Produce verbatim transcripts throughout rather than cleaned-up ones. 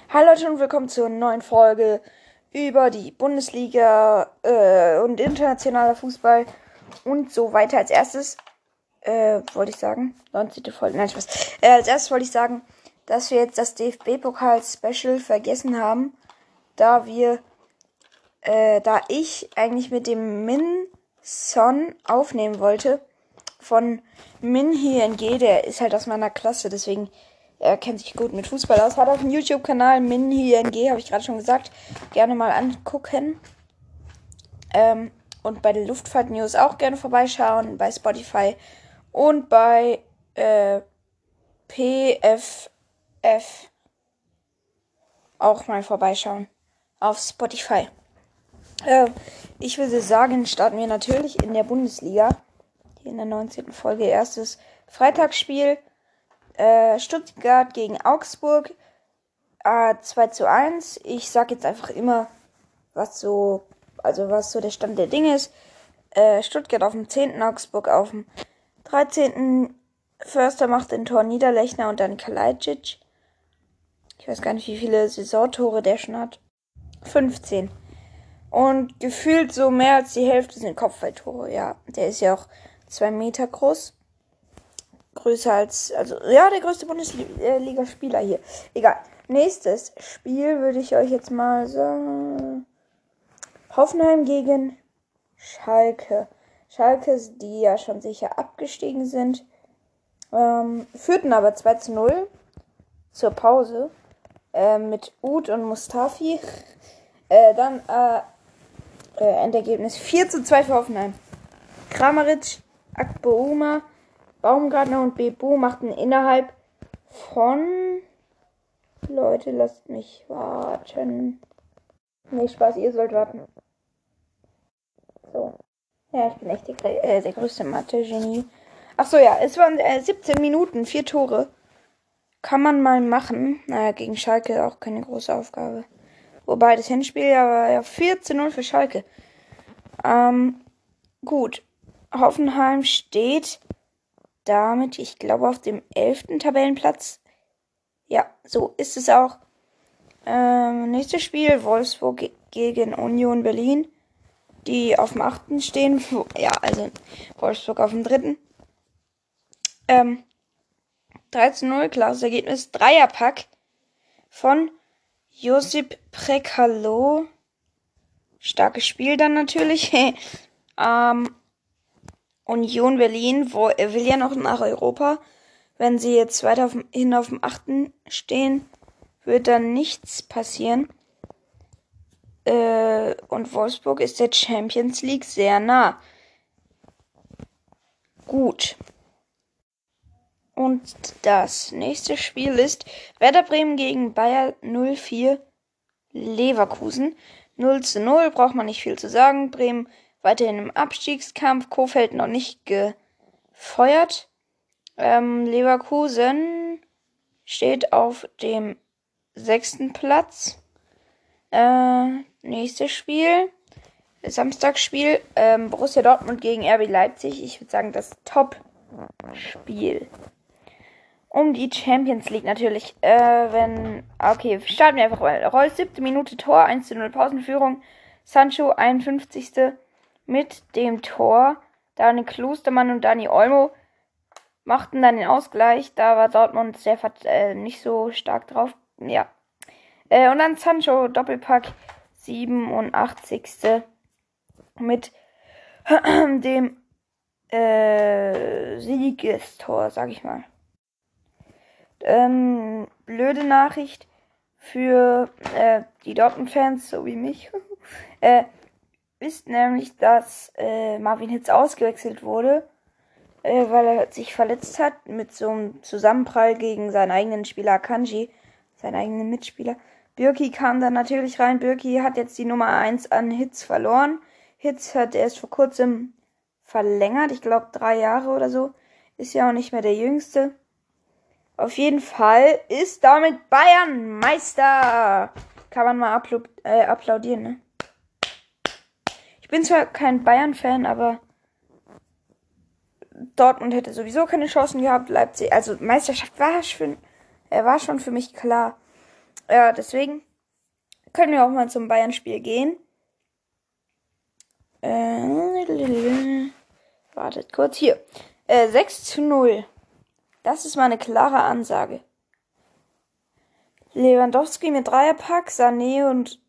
Hallo Leute und willkommen zur neuen Folge über die Bundesliga äh, und internationaler Fußball und so weiter. Als erstes äh, wollte ich sagen, neunzehnte Folge, nein Spaß. Äh, als erstes wollte ich sagen, dass wir jetzt das D F B-Pokal-Special vergessen haben, da wir, äh, da ich eigentlich mit dem Min Son aufnehmen wollte von Min Hyung-Jae, der ist halt aus meiner Klasse, deswegen er kennt sich gut mit Fußball aus. Hat auch einen YouTube-Kanal, Min Hyung-Jae, habe ich gerade schon gesagt. Gerne mal angucken. Ähm, und bei den Luftfahrt-News auch gerne vorbeischauen. Bei Spotify und bei äh, P F F auch mal vorbeischauen. Auf Spotify. Äh, ich würde sagen, starten wir natürlich in der Bundesliga. Hier in der neunzehnten Folge. Erstes Freitagsspiel. Äh, Stuttgart gegen Augsburg. Äh, zwei zu eins. Ich sag jetzt einfach immer, was so, also was so der Stand der Dinge ist. Äh, Stuttgart auf dem zehnten. Augsburg auf dem dreizehnten. Förster macht den Tor Niederlechner und dann Kalajdzic. Ich weiß gar nicht, wie viele Saisontore der schon hat. fünfzehn. Und gefühlt so mehr als die Hälfte sind Kopfballtore. Ja, der ist ja auch zwei Meter groß. Größer als, also, ja, der größte Bundesliga-Spieler hier. Egal. Nächstes Spiel würde ich euch jetzt mal sagen. Hoffenheim gegen Schalke. Schalke, die ja schon sicher abgestiegen sind, ähm, führten aber zwei zu null zur Pause äh, mit Uth und Mustafi. Äh, dann äh, äh, Endergebnis vier zu zwei für Hoffenheim. Kramaric, Akbouma, Baumgartner und Bebo machten innerhalb von... Leute, lasst mich warten. Nee, Spaß, ihr sollt warten. So. Ja, ich bin echt der, äh, der größte Mathe-Genie. Achso, ja, es waren äh, siebzehn Minuten, vier Tore. Kann man mal machen. Naja, gegen Schalke auch keine große Aufgabe. Wobei das Hinspiel ja war ja vier zu null für Schalke. Ähm, gut. Hoffenheim steht damit, ich glaube, auf dem elften Tabellenplatz. Ja, so ist es auch. Ähm, nächstes Spiel, Wolfsburg ge- gegen Union Berlin, die auf dem achten stehen. Ja, also Wolfsburg auf dem dritten. Ähm, drei zu null, klares Ergebnis. Dreierpack von Josip Prekalo. Starkes Spiel dann natürlich. ähm, Union Berlin wo, er will ja noch nach Europa. Wenn sie jetzt weiter auf, hin auf dem achten stehen, wird dann nichts passieren. Äh, und Wolfsburg ist der Champions League sehr nah. Gut. Und das nächste Spiel ist Werder Bremen gegen Bayer null vier Leverkusen. null zu null, braucht man nicht viel zu sagen. Bremen weiterhin im Abstiegskampf. Kofeld noch nicht gefeuert. Ähm, Leverkusen steht auf dem sechsten Platz. Äh, nächstes Spiel. Samstagsspiel. Ähm, Borussia Dortmund gegen R B Leipzig. Ich würde sagen, das Top-Spiel. Um die Champions League natürlich. Äh, wenn. Okay, starten wir einfach mal. Reus, siebte Minute Tor, eins zu null Pausenführung. Sancho, einundfünfzigste mit dem Tor. Dani Klostermann und Dani Olmo machten dann den Ausgleich. Da war Dortmund sehr äh, nicht so stark drauf. Ja. Äh, und dann Sancho, Doppelpack, siebenundachtzigste mit dem äh, Siegestor, sag ich mal. Ähm, blöde Nachricht für äh, die Dortmund-Fans, so wie mich, äh, ist nämlich, dass äh, Marvin Hitz ausgewechselt wurde, äh, weil er sich verletzt hat mit so einem Zusammenprall gegen seinen eigenen Spieler Akanji, seinen eigenen Mitspieler. Bürki kam dann natürlich rein. Bürki hat jetzt die Nummer eins an Hitz verloren. Hitz hat erst vor kurzem verlängert, ich glaube drei Jahre oder so. Ist ja auch nicht mehr der Jüngste. Auf jeden Fall ist damit Bayern Meister. Kann man mal appla- äh, applaudieren, ne? Ich bin zwar kein Bayern-Fan, aber Dortmund hätte sowieso keine Chancen gehabt. Leipzig, also Meisterschaft war schon, äh, war schon für mich klar. Ja, deswegen können wir auch mal zum Bayern-Spiel gehen. Äh, wartet kurz. Hier. Äh, sechs zu null. Das ist mal eine klare Ansage. Lewandowski mit Dreierpack, Sané und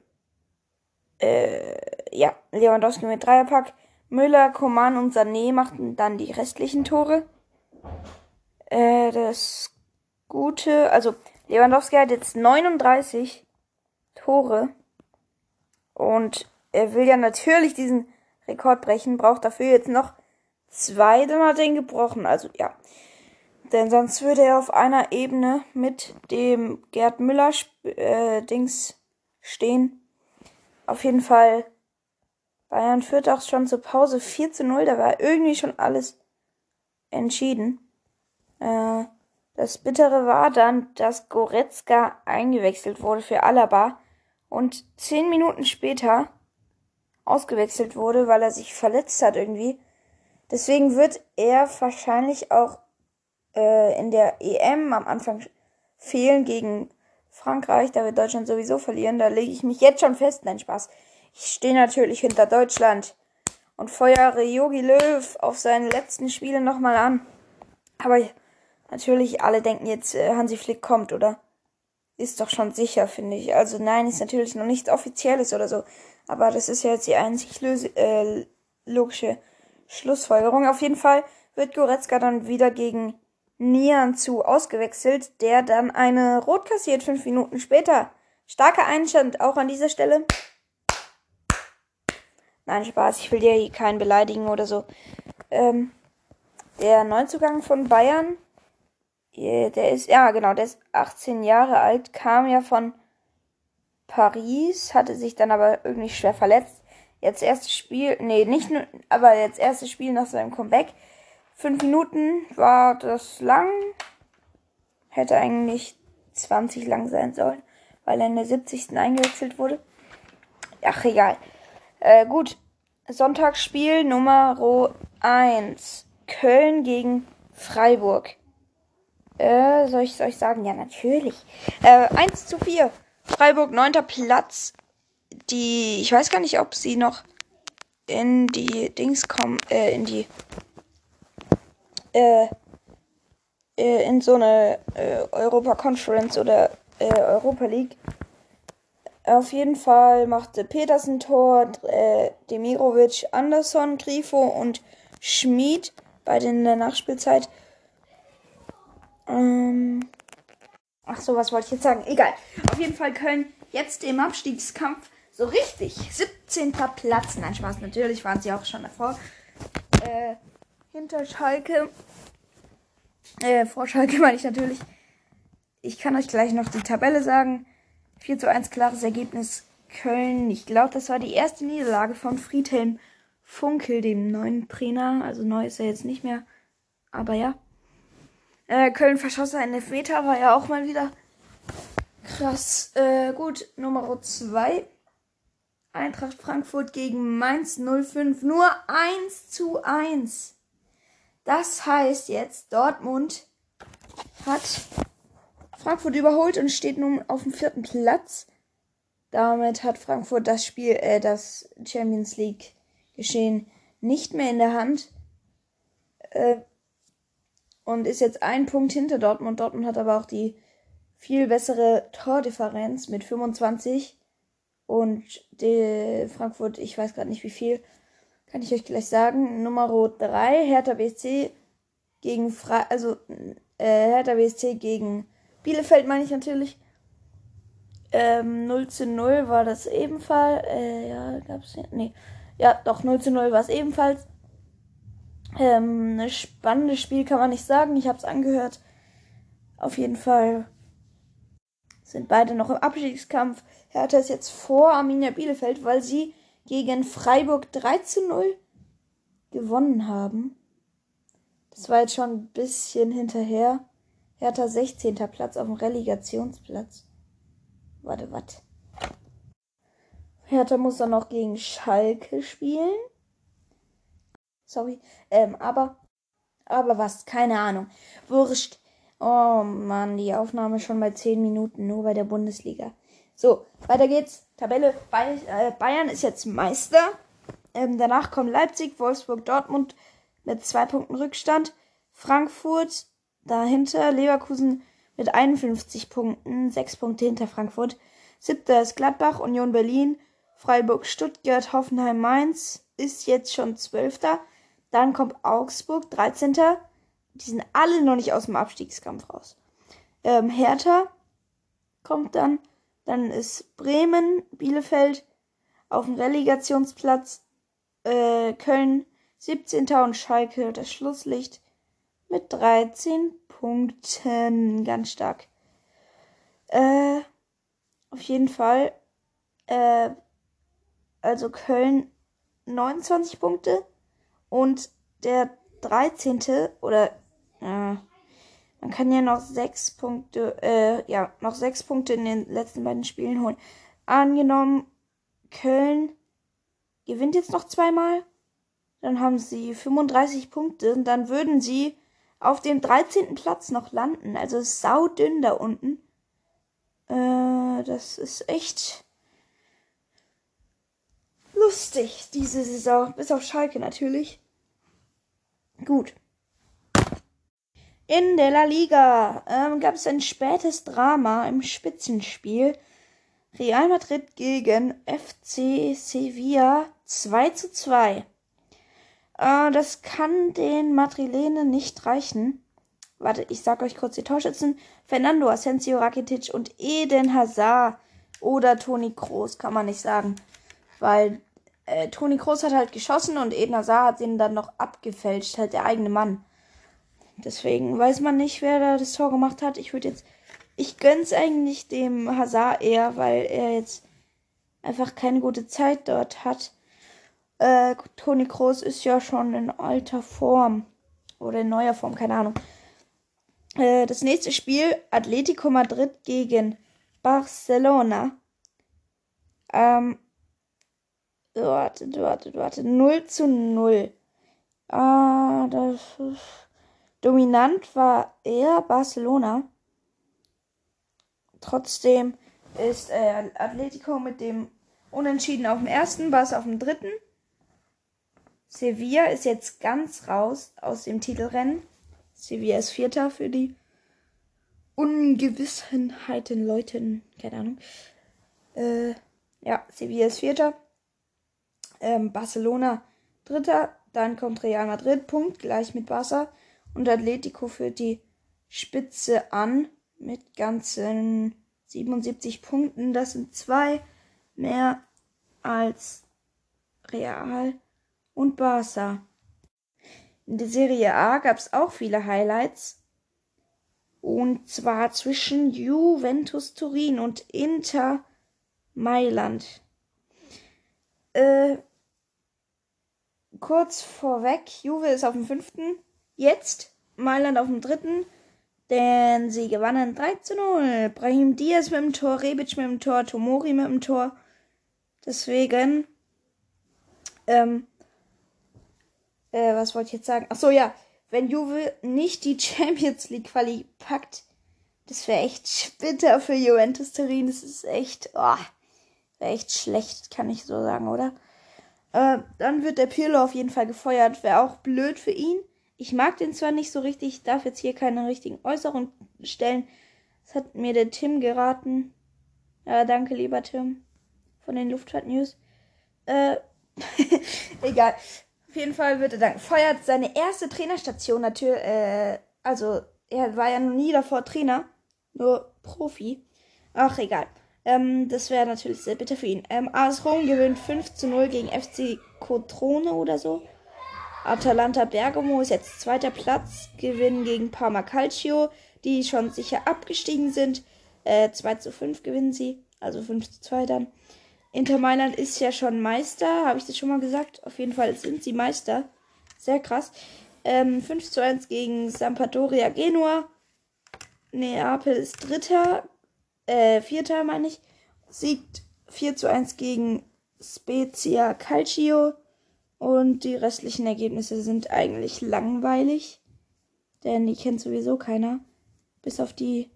äh, ja, Lewandowski mit Dreierpack. Müller, Coman und Sané machten dann die restlichen Tore. Äh, das Gute, also Lewandowski hat jetzt neununddreißig Tore und er will ja natürlich diesen Rekord brechen, braucht dafür jetzt noch zwei, dann hat er ihn gebrochen, also ja. Denn sonst würde er auf einer Ebene mit dem Gerd Müller äh, Dings stehen. Auf jeden Fall, Bayern führt auch schon zur Pause vier zu null, da war irgendwie schon alles entschieden. Äh, das Bittere war dann, dass Goretzka eingewechselt wurde für Alaba und zehn Minuten später ausgewechselt wurde, weil er sich verletzt hat irgendwie. Deswegen wird er wahrscheinlich auch äh, in der E M am Anfang fehlen gegen Frankreich. Da wird Deutschland sowieso verlieren. Da lege ich mich jetzt schon fest. Nein, Spaß. Ich stehe natürlich hinter Deutschland und feuere Jogi Löw auf seine letzten Spiele nochmal an. Aber natürlich, alle denken jetzt, äh, Hansi Flick kommt, oder? Ist doch schon sicher, finde ich. Also nein, ist natürlich noch nichts Offizielles oder so. Aber das ist ja jetzt die einzig löse, äh, logische Schlussfolgerung. Auf jeden Fall wird Goretzka dann wieder gegen Nianzou ausgewechselt, der dann eine Rot kassiert, fünf Minuten später. Starker Einstand auch an dieser Stelle. Nein, Spaß, ich will dir hier keinen beleidigen oder so. Ähm, der Neuzugang von Bayern, der ist, ja genau, der ist achtzehn Jahre alt, kam ja von Paris, hatte sich dann aber irgendwie schwer verletzt. Jetzt erstes Spiel, nee, nicht nur, aber jetzt erstes Spiel nach seinem Comeback. Fünf Minuten war das lang. Hätte eigentlich zwanzig lang sein sollen, weil er in der siebzigsten eingewechselt wurde. Ach, egal. Äh, gut. Sonntagsspiel Nummer eins. Köln gegen Freiburg. Äh, soll ich es euch sagen? Ja, natürlich. Äh, eins zu vier. Freiburg, neunter Platz. Die, ich weiß gar nicht, ob sie noch in die Dings kommen, äh, in die, äh, äh in so eine äh, Europa Conference oder äh, Europa League. Auf jeden Fall machte Petersen Tor, äh, Demirovic, Anderson, Grifo und Schmid bei den in der Nachspielzeit. Ähm, ach so, was wollte ich jetzt sagen? Egal. Auf jeden Fall Köln jetzt im Abstiegskampf so richtig. siebzehnter Platz. Nein, Spaß, natürlich waren sie auch schon davor. Äh, hinter Schalke. Äh, vor Schalke meine ich natürlich. Ich kann euch gleich noch die Tabelle sagen. vier zu eins, klares Ergebnis. Köln. Ich glaube, das war die erste Niederlage von Friedhelm Funkel, dem neuen Trainer. Also neu ist er jetzt nicht mehr. Aber ja. Äh, Köln verschoss einen Elfmeter, war ja auch mal wieder krass. Äh, gut, Nummer zwei. Eintracht Frankfurt gegen Mainz null fünf. Nur eins zu eins. Das heißt jetzt, Dortmund hat Frankfurt überholt und steht nun auf dem vierten Platz. Damit hat Frankfurt das Spiel, äh, das Champions League Geschehen nicht mehr in der Hand. Äh, und ist jetzt ein Punkt hinter Dortmund. Dortmund hat aber auch die viel bessere Tordifferenz mit fünfundzwanzig. Und die Frankfurt, ich weiß gerade nicht wie viel, kann ich euch gleich sagen. Nummer drei, Hertha B S C gegen Fre- also äh, Hertha B S C gegen Bielefeld meine ich natürlich. Ähm, null zu null war das ebenfalls. Äh, ja, gab's ja. Nee. Ja, doch, null zu null war es ebenfalls. Ähm, ein spannendes Spiel kann man nicht sagen. Ich habe es angehört. Auf jeden Fall sind beide noch im Abstiegskampf. Hertha ist jetzt vor Arminia Bielefeld, weil sie gegen Freiburg drei zu null gewonnen haben. Das war jetzt schon ein bisschen hinterher. Hertha sechzehnter Platz auf dem Relegationsplatz. Warte, was? Hertha muss dann noch gegen Schalke spielen. Sorry. Ähm, aber, aber was? Keine Ahnung. Wurscht. Oh Mann, die Aufnahme ist schon bei zehn Minuten, nur bei der Bundesliga. So, weiter geht's. Tabelle, Bayern ist jetzt Meister. Ähm, danach kommen Leipzig, Wolfsburg, Dortmund mit zwei Punkten Rückstand. Frankfurt dahinter, Leverkusen mit einundfünfzig Punkten, sechs Punkte hinter Frankfurt. Siebter ist Gladbach, Union Berlin, Freiburg, Stuttgart, Hoffenheim, Mainz ist jetzt schon Zwölfter. Dann kommt Augsburg, dreizehnter Die sind alle noch nicht aus dem Abstiegskampf raus. Ähm, Hertha kommt dann. Dann ist Bremen, Bielefeld auf dem Relegationsplatz. Äh, Köln siebzehnter und Schalke das Schlusslicht mit dreizehn Punkten. Ganz stark. Äh, auf jeden Fall. Äh, also Köln neunundzwanzig Punkte und der dreizehnte oder äh, man kann ja noch sechs Punkte, äh, ja, noch sechs Punkte in den letzten beiden Spielen holen. Angenommen, Köln gewinnt jetzt noch zweimal, dann haben sie fünfunddreißig Punkte und dann würden sie auf dem dreizehnten Platz noch landen. Also es ist saudünn da unten. Äh, das ist echt lustig, diese Saison. Bis auf Schalke natürlich. Gut. In der La Liga ähm, gab es ein spätes Drama im Spitzenspiel. Real Madrid gegen F C Sevilla zwei zu zwei. Äh, das kann den Madrilenen nicht reichen. Warte, ich sag euch kurz die Torschützen. Fernando Asensio, Rakitic und Eden Hazard oder Toni Kroos, kann man nicht sagen. Weil äh, Toni Kroos hat halt geschossen und Eden Hazard hat ihn dann noch abgefälscht, halt der eigene Mann. Deswegen weiß man nicht, wer da das Tor gemacht hat. Ich würde jetzt, ich gönn's eigentlich dem Hazard eher, weil er jetzt einfach keine gute Zeit dort hat. Äh, Toni Kroos ist ja schon in alter Form oder in neuer Form, keine Ahnung. Äh, das nächste Spiel, Atletico Madrid gegen Barcelona. Ähm, warte, warte, warte, null zu null. Ah, das ist... Dominant war eher Barcelona. Trotzdem ist äh, Atletico mit dem Unentschieden auf dem ersten, Barca auf dem dritten. Sevilla ist jetzt ganz raus aus dem Titelrennen. Sevilla ist Vierter für die Ungewissenheiten Leuten. Keine Ahnung. Äh, ja, Sevilla ist Vierter. Ähm, Barcelona Dritter. Dann kommt Real Madrid, Punkt, gleich mit Barca. Und Atletico führt die Spitze an mit ganzen siebenundsiebzig Punkten. Das sind zwei mehr als Real und Barca. In der Serie A gab es auch viele Highlights. Und zwar zwischen Juventus Turin und Inter Mailand. Äh, kurz vorweg, Juve ist auf dem fünften. Jetzt Mailand auf dem dritten, denn sie gewannen drei zu null. Brahim Diaz mit dem Tor, Rebic mit dem Tor, Tomori mit dem Tor. Deswegen, ähm, äh, was wollte ich jetzt sagen? Achso, ja, wenn Juve nicht die Champions League Quali packt, das wäre echt bitter für Juventus Turin. Das ist echt, oh, wäre echt schlecht, kann ich so sagen, oder? Äh, dann wird der Pirlo auf jeden Fall gefeuert. Wäre auch blöd für ihn. Ich mag den zwar nicht so richtig, ich darf jetzt hier keine richtigen Äußerungen stellen. Das hat mir der Tim geraten. Ja, danke, lieber Tim. Von den Luftfahrt-News. Äh, egal. Auf jeden Fall wird er dann gefeuert. Seine erste Trainerstation natürlich, äh, also er war ja noch nie davor Trainer, nur Profi. Ach, egal. Ähm, das wäre natürlich sehr bitter für ihn. Ähm, A S Rom gewinnt fünf zu null gegen F C Crotone oder so. Atalanta Bergamo ist jetzt zweiter Platz, gewinnen gegen Parma Calcio, die schon sicher abgestiegen sind. Äh, zwei zu fünf gewinnen sie, also fünf zu zwei dann. Inter Mailand ist ja schon Meister, habe ich das schon mal gesagt? Auf jeden Fall sind sie Meister. Sehr krass. Ähm, fünf zu eins gegen Sampdoria Genua. Neapel ist Dritter, äh, Vierter meine ich. Siegt vier zu eins gegen Spezia Calcio. Und die restlichen Ergebnisse sind eigentlich langweilig, denn die kennt sowieso keiner. Bis auf die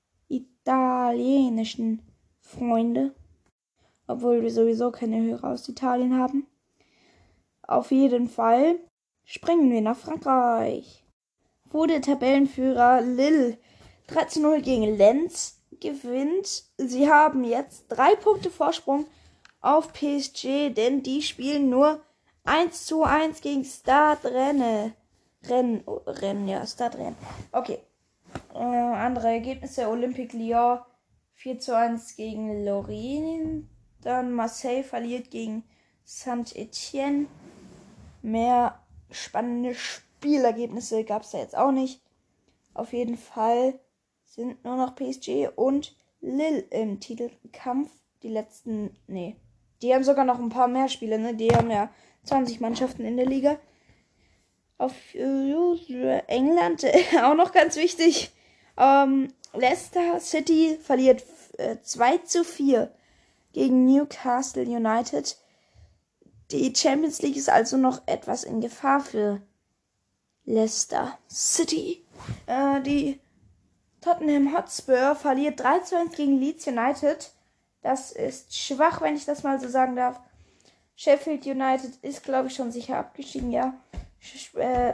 italienischen Freunde. Obwohl wir sowieso keine Hörer aus Italien haben. Auf jeden Fall springen wir nach Frankreich. Wo der Tabellenführer Lille drei zu null gegen Lens gewinnt. Sie haben jetzt drei Punkte Vorsprung auf P S G, denn die spielen nur eins zu eins gegen Stade Rennes. Rennen, oh, Rennen, ja, Stade Rennes. Okay. Äh, andere Ergebnisse: Olympique Lyon vier zu eins gegen Lorient. Dann Marseille verliert gegen Saint-Etienne. Mehr spannende Spielergebnisse gab es da jetzt auch nicht. Auf jeden Fall sind nur noch P S G und Lille im Titelkampf. Die letzten, nee, die haben sogar noch ein paar mehr Spiele, ne? Die haben ja zwanzig Mannschaften in der Liga. Auf äh, England auch noch ganz wichtig. Ähm, Leicester City verliert äh, zwei zu vier gegen Newcastle United. Die Champions League ist also noch etwas in Gefahr für Leicester City. Äh, die Tottenham Hotspur verliert drei zu eins gegen Leeds United. Das ist schwach, wenn ich das mal so sagen darf. Sheffield United ist, glaube ich, schon sicher abgestiegen, ja. Sch- äh,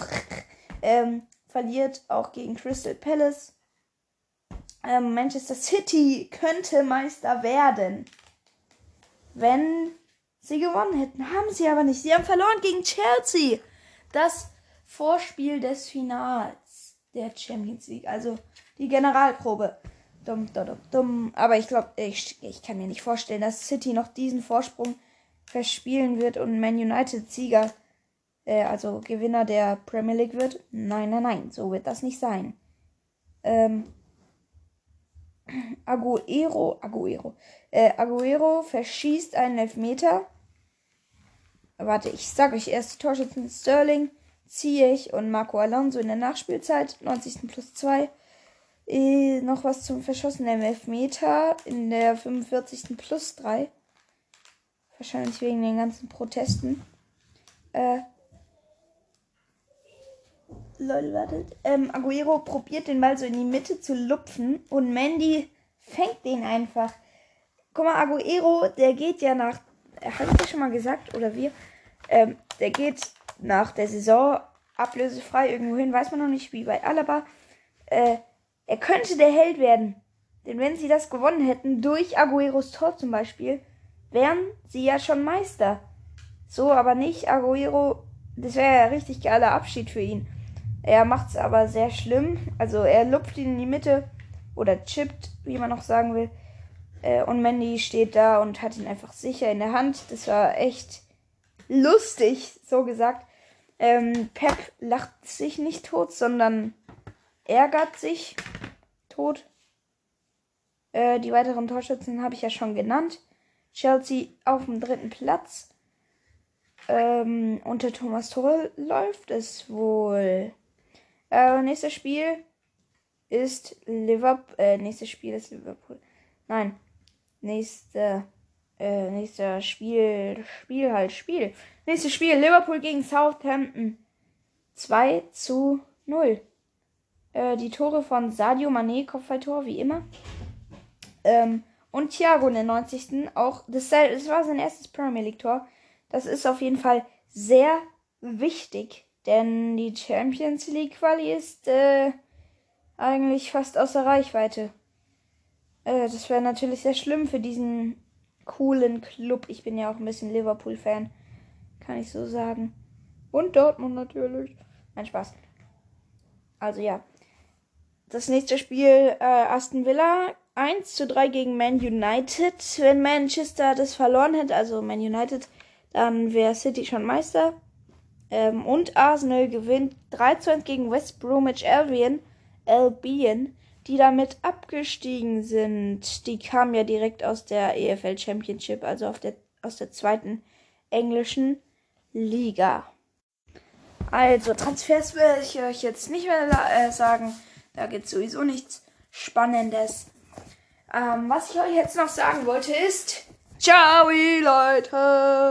ähm, verliert auch gegen Crystal Palace. Ähm, Manchester City könnte Meister werden, wenn sie gewonnen hätten. Haben sie aber nicht. Sie haben verloren gegen Chelsea. Das Vorspiel des Finals der Champions League. Also die Generalprobe. Dumm, dumm, dumm. Aber ich glaube, ich, ich kann mir nicht vorstellen, dass City noch diesen Vorsprung verspielen wird und Man United Sieger, äh, also Gewinner der Premier League wird. Nein, nein, nein. So wird das nicht sein. Ähm, Aguero, Aguero, äh, Aguero verschießt einen Elfmeter. Warte, ich sage euch erst die Torschützen: Sterling, Ziyech und Marco Alonso in der Nachspielzeit, neunzigsten plus zwei. Äh, noch was zum verschossenen Elfmeter in der fünfundvierzigsten plus drei. Wahrscheinlich wegen den ganzen Protesten. Äh, Leute, wartet. Ähm, Aguero probiert den Ball so in die Mitte zu lupfen und Mendy fängt den einfach. Guck mal, Aguero, der geht ja nach, habe ich das schon mal gesagt, oder wir, ähm, der geht nach der Saison ablösefrei irgendwo hin, weiß man noch nicht, wie bei Alaba. Äh, er könnte der Held werden, denn wenn sie das gewonnen hätten, durch Agueros Tor zum Beispiel, wären sie ja schon Meister. So aber nicht. Aguero, das wäre ja richtig geiler Abschied für ihn. Er macht es aber sehr schlimm. Also er lupft ihn in die Mitte oder chippt, wie man noch sagen will. Äh, und Mendy steht da und hat ihn einfach sicher in der Hand. Das war echt lustig, so gesagt. Ähm, Pep lacht sich nicht tot, sondern ärgert sich tot. Äh, die weiteren Torschützen habe ich ja schon genannt. Chelsea auf dem dritten Platz. Ähm, unter Thomas Tuchel läuft es wohl. Äh, nächstes Spiel ist Liverpool. Äh, nächstes Spiel ist Liverpool. Nein. Nächste, äh, nächster Spiel. Spiel halt, Spiel. Nächstes Spiel: Liverpool gegen Southampton. zwei zu null. Äh, die Tore von Sadio Mané, Kopfballtor, wie immer. Ähm, und Thiago in der neunzigsten Auch, das, das war sein erstes Premier League Tor. Das ist auf jeden Fall sehr wichtig, denn die Champions League Quali ist äh, eigentlich fast außer Reichweite. Äh, das wäre natürlich sehr schlimm für diesen coolen Club. Ich bin ja auch ein bisschen Liverpool-Fan, kann ich so sagen. Und Dortmund natürlich. Nein, Spaß. Also ja. Das nächste Spiel, äh, Aston Villa eins zu drei gegen Man United. Wenn Manchester das verloren hätte, also Man United, dann wäre City schon Meister. Ähm, und Arsenal gewinnt drei zu eins gegen West Bromwich Albion, Albion, die damit abgestiegen sind. Die kamen ja direkt aus der E F L Championship, also auf der, aus der zweiten englischen Liga. Also, Transfers will ich euch jetzt nicht mehr äh, sagen. Da gibt es sowieso nichts Spannendes. Ähm, was ich euch jetzt noch sagen wollte ist: Ciao, Leute!